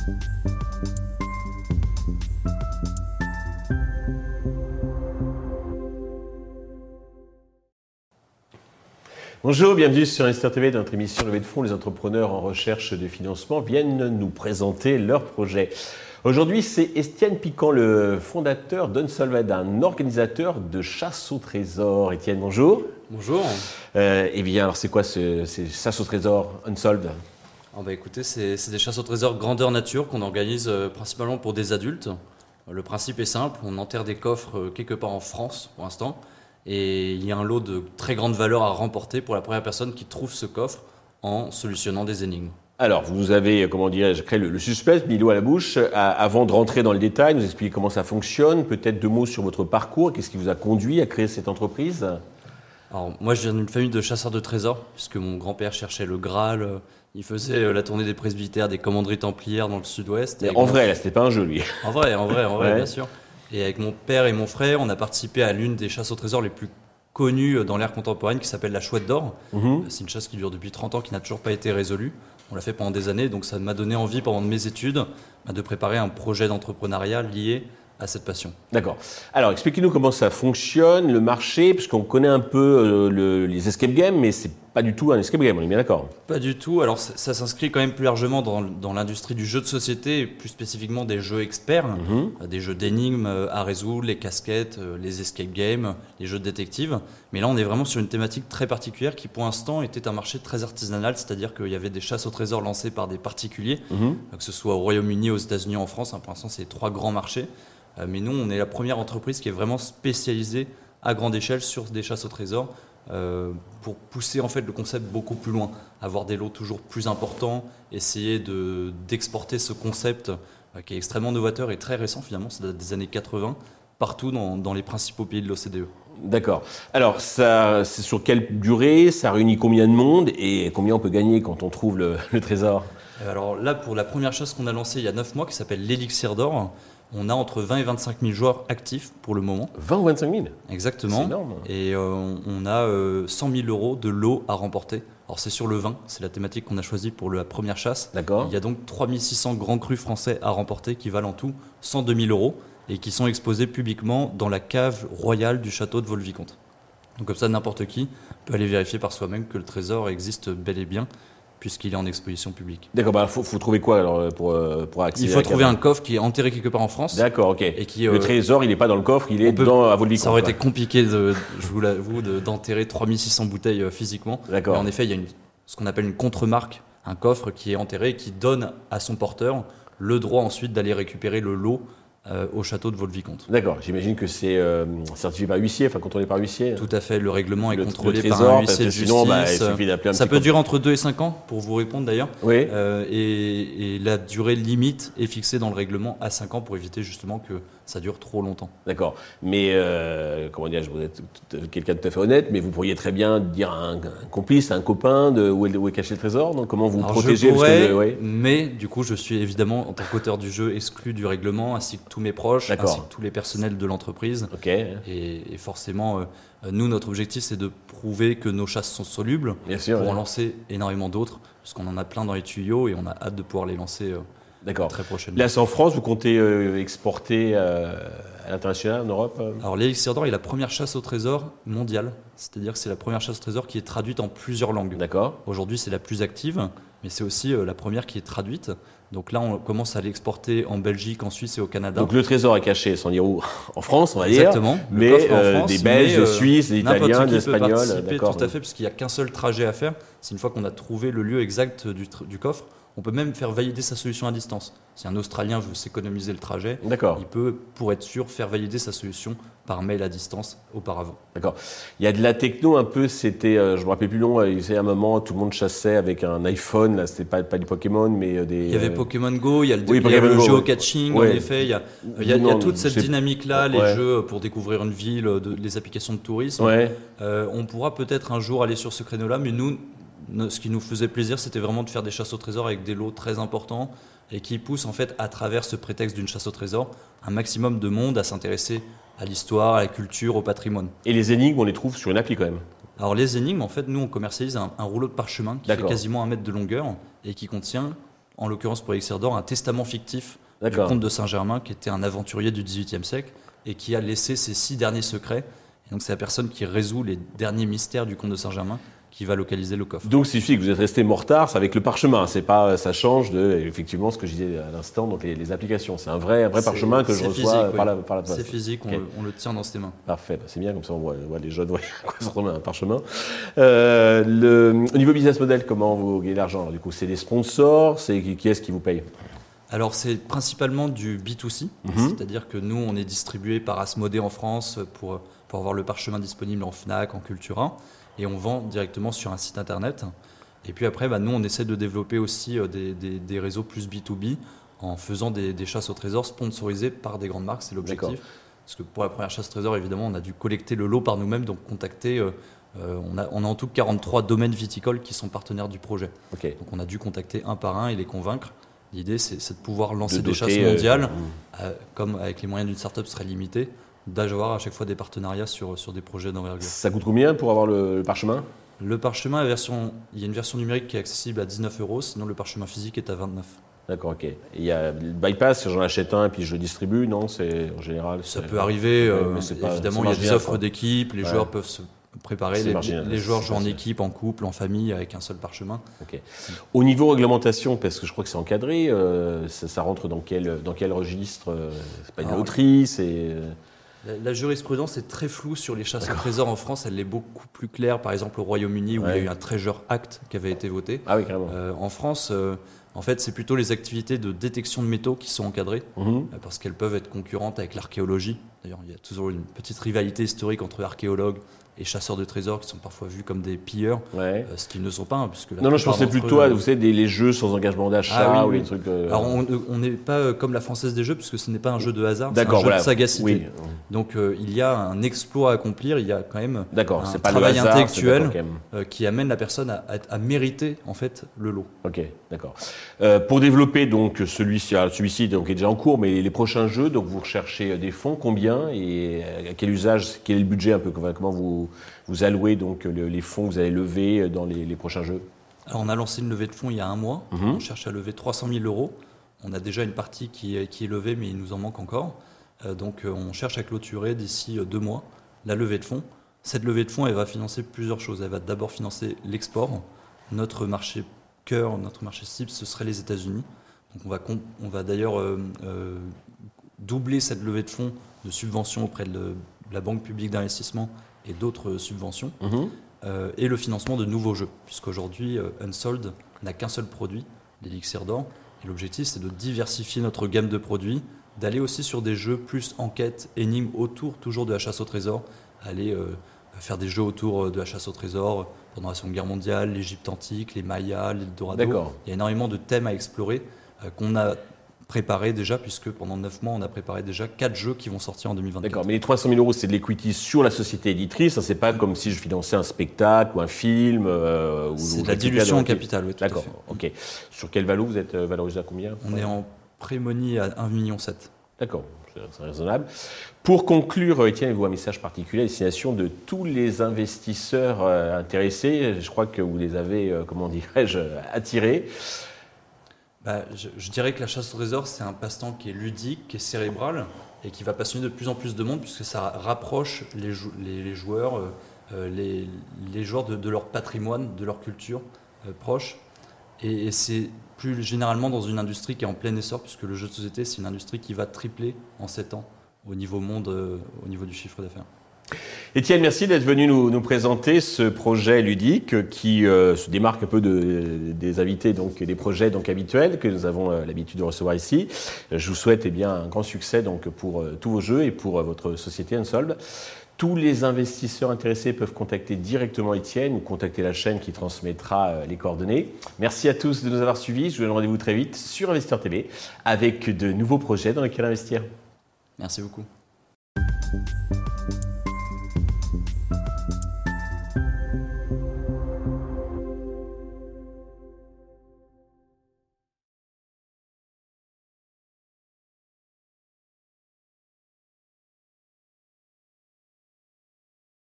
Bonjour, bienvenue sur Investir TV. Dans notre émission Levée de fonds, les entrepreneurs en recherche de financement viennent nous présenter leurs projets. Aujourd'hui, c'est Étienne Piquant, le fondateur d'Unsolved, un organisateur de chasse au trésor. Étienne, bonjour. Bonjour. Eh bien, alors c'est quoi ces chasses au trésor Unsolved ? Écoutez, c'est des chasses au trésor grandeur nature qu'on organise principalement pour des adultes. Le principe est simple, on enterre des coffres quelque part en France pour l'instant. Et il y a un lot de très grande valeur à remporter pour la première personne qui trouve ce coffre en solutionnant des énigmes. Alors, vous avez, créé le suspense, mis l'eau à la bouche. Avant de rentrer dans le détail, nous expliquer comment ça fonctionne, peut-être 2 mots sur votre parcours. Qu'est-ce qui vous a conduit à créer cette entreprise ? Alors, moi, je viens d'une famille de chasseurs de trésors, puisque mon grand-père cherchait le Graal. Il faisait la tournée des presbytères, des commanderies templières dans le sud-ouest. Et en vrai, là, c'était pas un jeu, lui. En vrai, Ouais. bien sûr. Et avec mon père et mon frère, on a participé à l'une des chasses au trésor les plus connues dans l'ère contemporaine qui s'appelle la Chouette d'Or. C'est une chasse qui dure depuis 30 ans, qui n'a toujours pas été résolue. On l'a fait pendant des années, donc ça m'a donné envie pendant mes études de préparer un projet d'entrepreneuriat lié à cette passion. D'accord. Alors, expliquez-nous comment ça fonctionne, le marché, puisqu'on connaît un peu les escape games, mais c'est pas du tout un escape game, on est bien d'accord ? Pas du tout. Alors, ça s'inscrit quand même plus largement dans l'industrie du jeu de société, et plus spécifiquement des jeux experts, des jeux d'énigmes à résoudre, les casquettes, les escape games, les jeux de détective. Mais là, on est vraiment sur une thématique très particulière qui, pour l'instant, était un marché très artisanal, c'est-à-dire qu'il y avait des chasses au trésor lancées par des particuliers, que ce soit au Royaume-Uni, aux États-Unis, en France. Pour l'instant, c'est les 3 grands marchés. Mais nous, on est la première entreprise qui est vraiment spécialisée à grande échelle sur des chasses au trésor pour pousser en fait le concept beaucoup plus loin, avoir des lots toujours plus importants, essayer d'exporter ce concept qui est extrêmement novateur et très récent finalement, ça date des années 80, partout dans les principaux pays de l'OCDE. D'accord. Alors, c'est sur quelle durée ? Ça réunit combien de monde ? Et combien on peut gagner quand on trouve le trésor ? Alors là, pour la première chasse qu'on a lancée il y a 9 mois, qui s'appelle l'Élixir d'Or, on a entre 20 et 25 000 joueurs actifs pour le moment. 20 ou 25 000 ? Exactement. C'est énorme. Et on a 100 000 euros de lot à remporter. Alors c'est sur le vin, c'est la thématique qu'on a choisie pour la première chasse. D'accord. Il y a donc 3 600 grands crus français à remporter qui valent en tout 102 000 euros et qui sont exposés publiquement dans la cave royale du château de Vaux-le-Vicomte. Donc comme ça, n'importe qui peut aller vérifier par soi-même que le trésor existe bel et bien, puisqu'il est en exposition publique. D'accord, faut trouver quoi alors pour accéder ? Il faut trouver un coffre qui est enterré quelque part en France. D'accord, ok. Et qui, le trésor, il n'est pas dans le coffre, il est à Vaux-le-Vicomte. Ça aurait été compliqué, je vous l'avoue, d'enterrer 3600 bouteilles physiquement. D'accord. Mais en effet, il y a ce qu'on appelle une contre-marque, un coffre qui est enterré et qui donne à son porteur le droit ensuite d'aller récupérer le lot au château de Vaux-le-Vicomte. D'accord, j'imagine que c'est certifié par huissier, contrôlé par huissier. Tout à fait, le règlement est contrôlé trésor, par un huissier de justice. Sinon, il suffit d'appeler un ça petit peut durer entre 2 et 5 ans, pour vous répondre d'ailleurs. Oui. Et la durée limite est fixée dans le règlement à 5 ans pour éviter justement que ça dure trop longtemps. D'accord, mais vous êtes quelqu'un de tout à fait honnête, mais vous pourriez très bien dire à un complice, à un copain où est caché le trésor, donc comment vous protégez ? Je pourrais, mais du coup je suis évidemment en tant qu'auteur du jeu exclu du règlement, ainsi que tous mes proches, D'accord. ainsi que tous les personnels de l'entreprise. Ok. Et forcément, nous, notre objectif, c'est de prouver que nos chasses sont solubles. Bien sûr, pour en lancer énormément d'autres, parce qu'on en a plein dans les tuyaux et on a hâte de pouvoir les lancer très prochainement. Là, c'est en France, vous comptez exporter à l'international, en Europe Alors, l'Élixir d'Or est la première chasse au trésor mondiale, c'est-à-dire que c'est la première chasse au trésor qui est traduite en plusieurs langues. D'accord. Aujourd'hui, c'est la plus active, mais c'est aussi la première qui est traduite. Donc là, on commence à l'exporter en Belgique, en Suisse et au Canada. Donc le trésor est caché, sans dire où, en France, on va dire. Exactement. Mais des Belges, des Suisses, des Italiens, des Espagnols. N'importe qui peut participer, tout à fait, puisqu'il n'y a qu'un seul trajet à faire. C'est une fois qu'on a trouvé le lieu exact du coffre. On peut même faire valider sa solution à distance. Si un Australien veut s'économiser le trajet, il peut, pour être sûr, faire valider sa solution par mail à distance auparavant. D'accord. Il y a de la techno un peu, c'était, je me rappelle plus le nom, il y a un moment, tout le monde chassait avec un iPhone, là, c'était pas du Pokémon, mais des... Il y avait Pokémon Go, il y a le géocaching, en effet, il y a toute cette dynamique-là, les jeux pour découvrir une ville, les applications de tourisme. On pourra peut-être un jour aller sur ce créneau-là, mais nous, ce qui nous faisait plaisir, c'était vraiment de faire des chasses au trésor avec des lots très importants et qui poussent en fait, à travers ce prétexte d'une chasse au trésor, un maximum de monde à s'intéresser à l'histoire, à la culture, au patrimoine. Et les énigmes, on les trouve sur une appli quand même ? Alors les énigmes, en fait, nous on commercialise un rouleau de parchemin qui fait quasiment 1 mètre de longueur et qui contient en l'occurrence pour Elixir d'Or, un testament fictif du D'accord. comte de Saint-Germain, qui était un aventurier du XVIIIe siècle et qui a laissé ses 6 derniers secrets. Et donc c'est la personne qui résout les derniers mystères du comte de Saint-Germain qui va localiser le coffre. Donc, il suffit que vous êtes resté mortard, c'est avec le parchemin. C'est pas, ça change de, effectivement, ce que je disais à l'instant, donc les applications. C'est un vrai parchemin que je reçois physique, par la poste. C'est physique, Ok. on le tient dans ses mains. Parfait, c'est bien, comme ça on voit les jeunes voient à quoi ça ressemble un parchemin. Au niveau business model, comment vous gagnez l'argent? Alors, du coup, c'est des sponsors, c'est qui est-ce qui vous paye? Alors c'est principalement du B2C, c'est-à-dire que nous on est distribué par Asmodée en France pour avoir le parchemin disponible en Fnac, en Cultura, et on vend directement sur un site internet. Et puis après, nous on essaie de développer aussi des réseaux plus B2B en faisant des chasses au trésor sponsorisées par des grandes marques, c'est l'objectif. D'accord. Parce que pour la première chasse au trésor, évidemment, on a dû collecter le lot par nous-mêmes, donc contacter. On a en tout 43 domaines viticoles qui sont partenaires du projet. Ok. Donc on a dû contacter un par un et les convaincre. L'idée, c'est de pouvoir lancer De des doter, chasses mondiales, comme avec les moyens d'une startup serait limité, d'avoir à chaque fois des partenariats sur des projets d'envergure. Ça coûte combien pour avoir le parchemin? Le parchemin, il y a une version numérique qui est accessible à 19 €, sinon le parchemin physique est à 29. D'accord, ok. Et il y a le bypass, j'en achète un et puis je le distribue, non? C'est en général. Ça peut arriver, mais c'est pas- évidemment, c'est il y a des marginal, offres quoi. d'équipe, les Ouais. joueurs peuvent se préparer, C'est marginal, les joueurs c'est jouent en facile. équipe, en couple, en famille, avec un seul parchemin. Ok. Au niveau réglementation, parce que je crois que c'est encadré, ça rentre dans quel registre? C'est pas une Alors, loterie, c'est. La jurisprudence est très floue sur les chasses au trésor en France, elle est beaucoup plus claire, par exemple au Royaume-Uni où il y a Ouais. eu un Treasure Act qui avait été voté. Ah oui, carrément. En France, en fait, c'est plutôt les activités de détection de métaux qui sont encadrées, Mhm. parce qu'elles peuvent être concurrentes avec l'archéologie. D'ailleurs, il y a toujours une petite rivalité historique entre archéologues et chasseurs de trésors qui sont parfois vus comme des pilleurs, Ouais. ce qu'ils ne sont pas, puisque la Non, je plupart pensais d'entre plutôt eux, à, vous savez, les jeux sans engagement d'achat Ah oui, ou oui. les trucs. Alors, on n'est pas comme la Française des Jeux, puisque ce n'est pas un jeu de hasard, c'est D'accord, un jeu voilà. de sagacité. Oui. Donc, il y a un exploit à accomplir, il y a quand même D'accord, un c'est pas le travail hasard, intellectuel c'est d'accord, quand même. qui amène la personne à mériter en fait le lot. Ok, d'accord. Pour développer donc celui-ci donc est déjà en cours, mais les prochains jeux, donc vous recherchez des fonds, combien et à quel usage, quel est le budget un peu, comment vous allouez donc les fonds que vous allez lever dans les prochains jeux? Alors, on a lancé une levée de fonds il y a un mois. Mhm. On cherche à lever 300 000 €. On a déjà une partie qui est levée, mais il nous en manque encore. Donc, on cherche à clôturer d'ici 2 mois la levée de fonds. Cette levée de fonds, elle va financer plusieurs choses. Elle va d'abord financer l'export. Notre marché cœur, notre marché cible, ce serait les États-Unis. Donc, on va d'ailleurs doubler cette levée de fonds de subventions auprès de la Banque publique d'investissement et d'autres subventions. Mhm. Et le financement de nouveaux jeux, puisqu'aujourd'hui, Unsold n'a qu'un seul produit, l'Elixir d'Or. Et l'objectif, c'est de diversifier notre gamme de produits, d'aller aussi sur des jeux plus enquête, énigmes, autour toujours de la chasse au trésor, aller faire des jeux autour de la chasse au trésor pendant la Seconde Guerre mondiale, l'Égypte antique, les Mayas, l'Eldorado. D'accord. Il y a énormément de thèmes à explorer qu'on a préparé déjà, puisque pendant 9 mois, on a préparé déjà 4 jeux qui vont sortir en 2024. D'accord, mais les 300 000 €, c'est de l'equity sur la société éditrice, ça c'est pas comme si je finançais un spectacle ou un film. C'est de la dilution en capital, oui, tout à D'accord, fait. ok. Sur quel valo vous êtes valorisé à combien? On est en pré-money à 1,7 million. D'accord, c'est raisonnable. Pour conclure, Étienne, avez-vous un message particulier à destination de tous les investisseurs intéressés? Je crois que vous les avez, comment dirais-je, attirés. Je dirais que la chasse au trésor, c'est un passe-temps qui est ludique, qui est cérébral et qui va passionner de plus en plus de monde puisque ça rapproche les joueurs, les joueurs de leur patrimoine, de leur culture proche. Et c'est plus généralement dans une industrie qui est en plein essor puisque le jeu de société, c'est une industrie qui va tripler en 7 ans au niveau monde, au niveau du chiffre d'affaires. Étienne, merci d'être venu nous présenter ce projet ludique qui se démarque un peu des invités, donc des projets donc habituels que nous avons l'habitude de recevoir ici. Je vous souhaite un grand succès donc pour tous vos jeux et pour votre société Unsold. Tous les investisseurs intéressés peuvent contacter directement Étienne ou contacter la chaîne qui transmettra les coordonnées. Merci à tous de nous avoir suivis. Je vous donne rendez-vous très vite sur Investisseur TV avec de nouveaux projets dans lesquels investir. Merci beaucoup.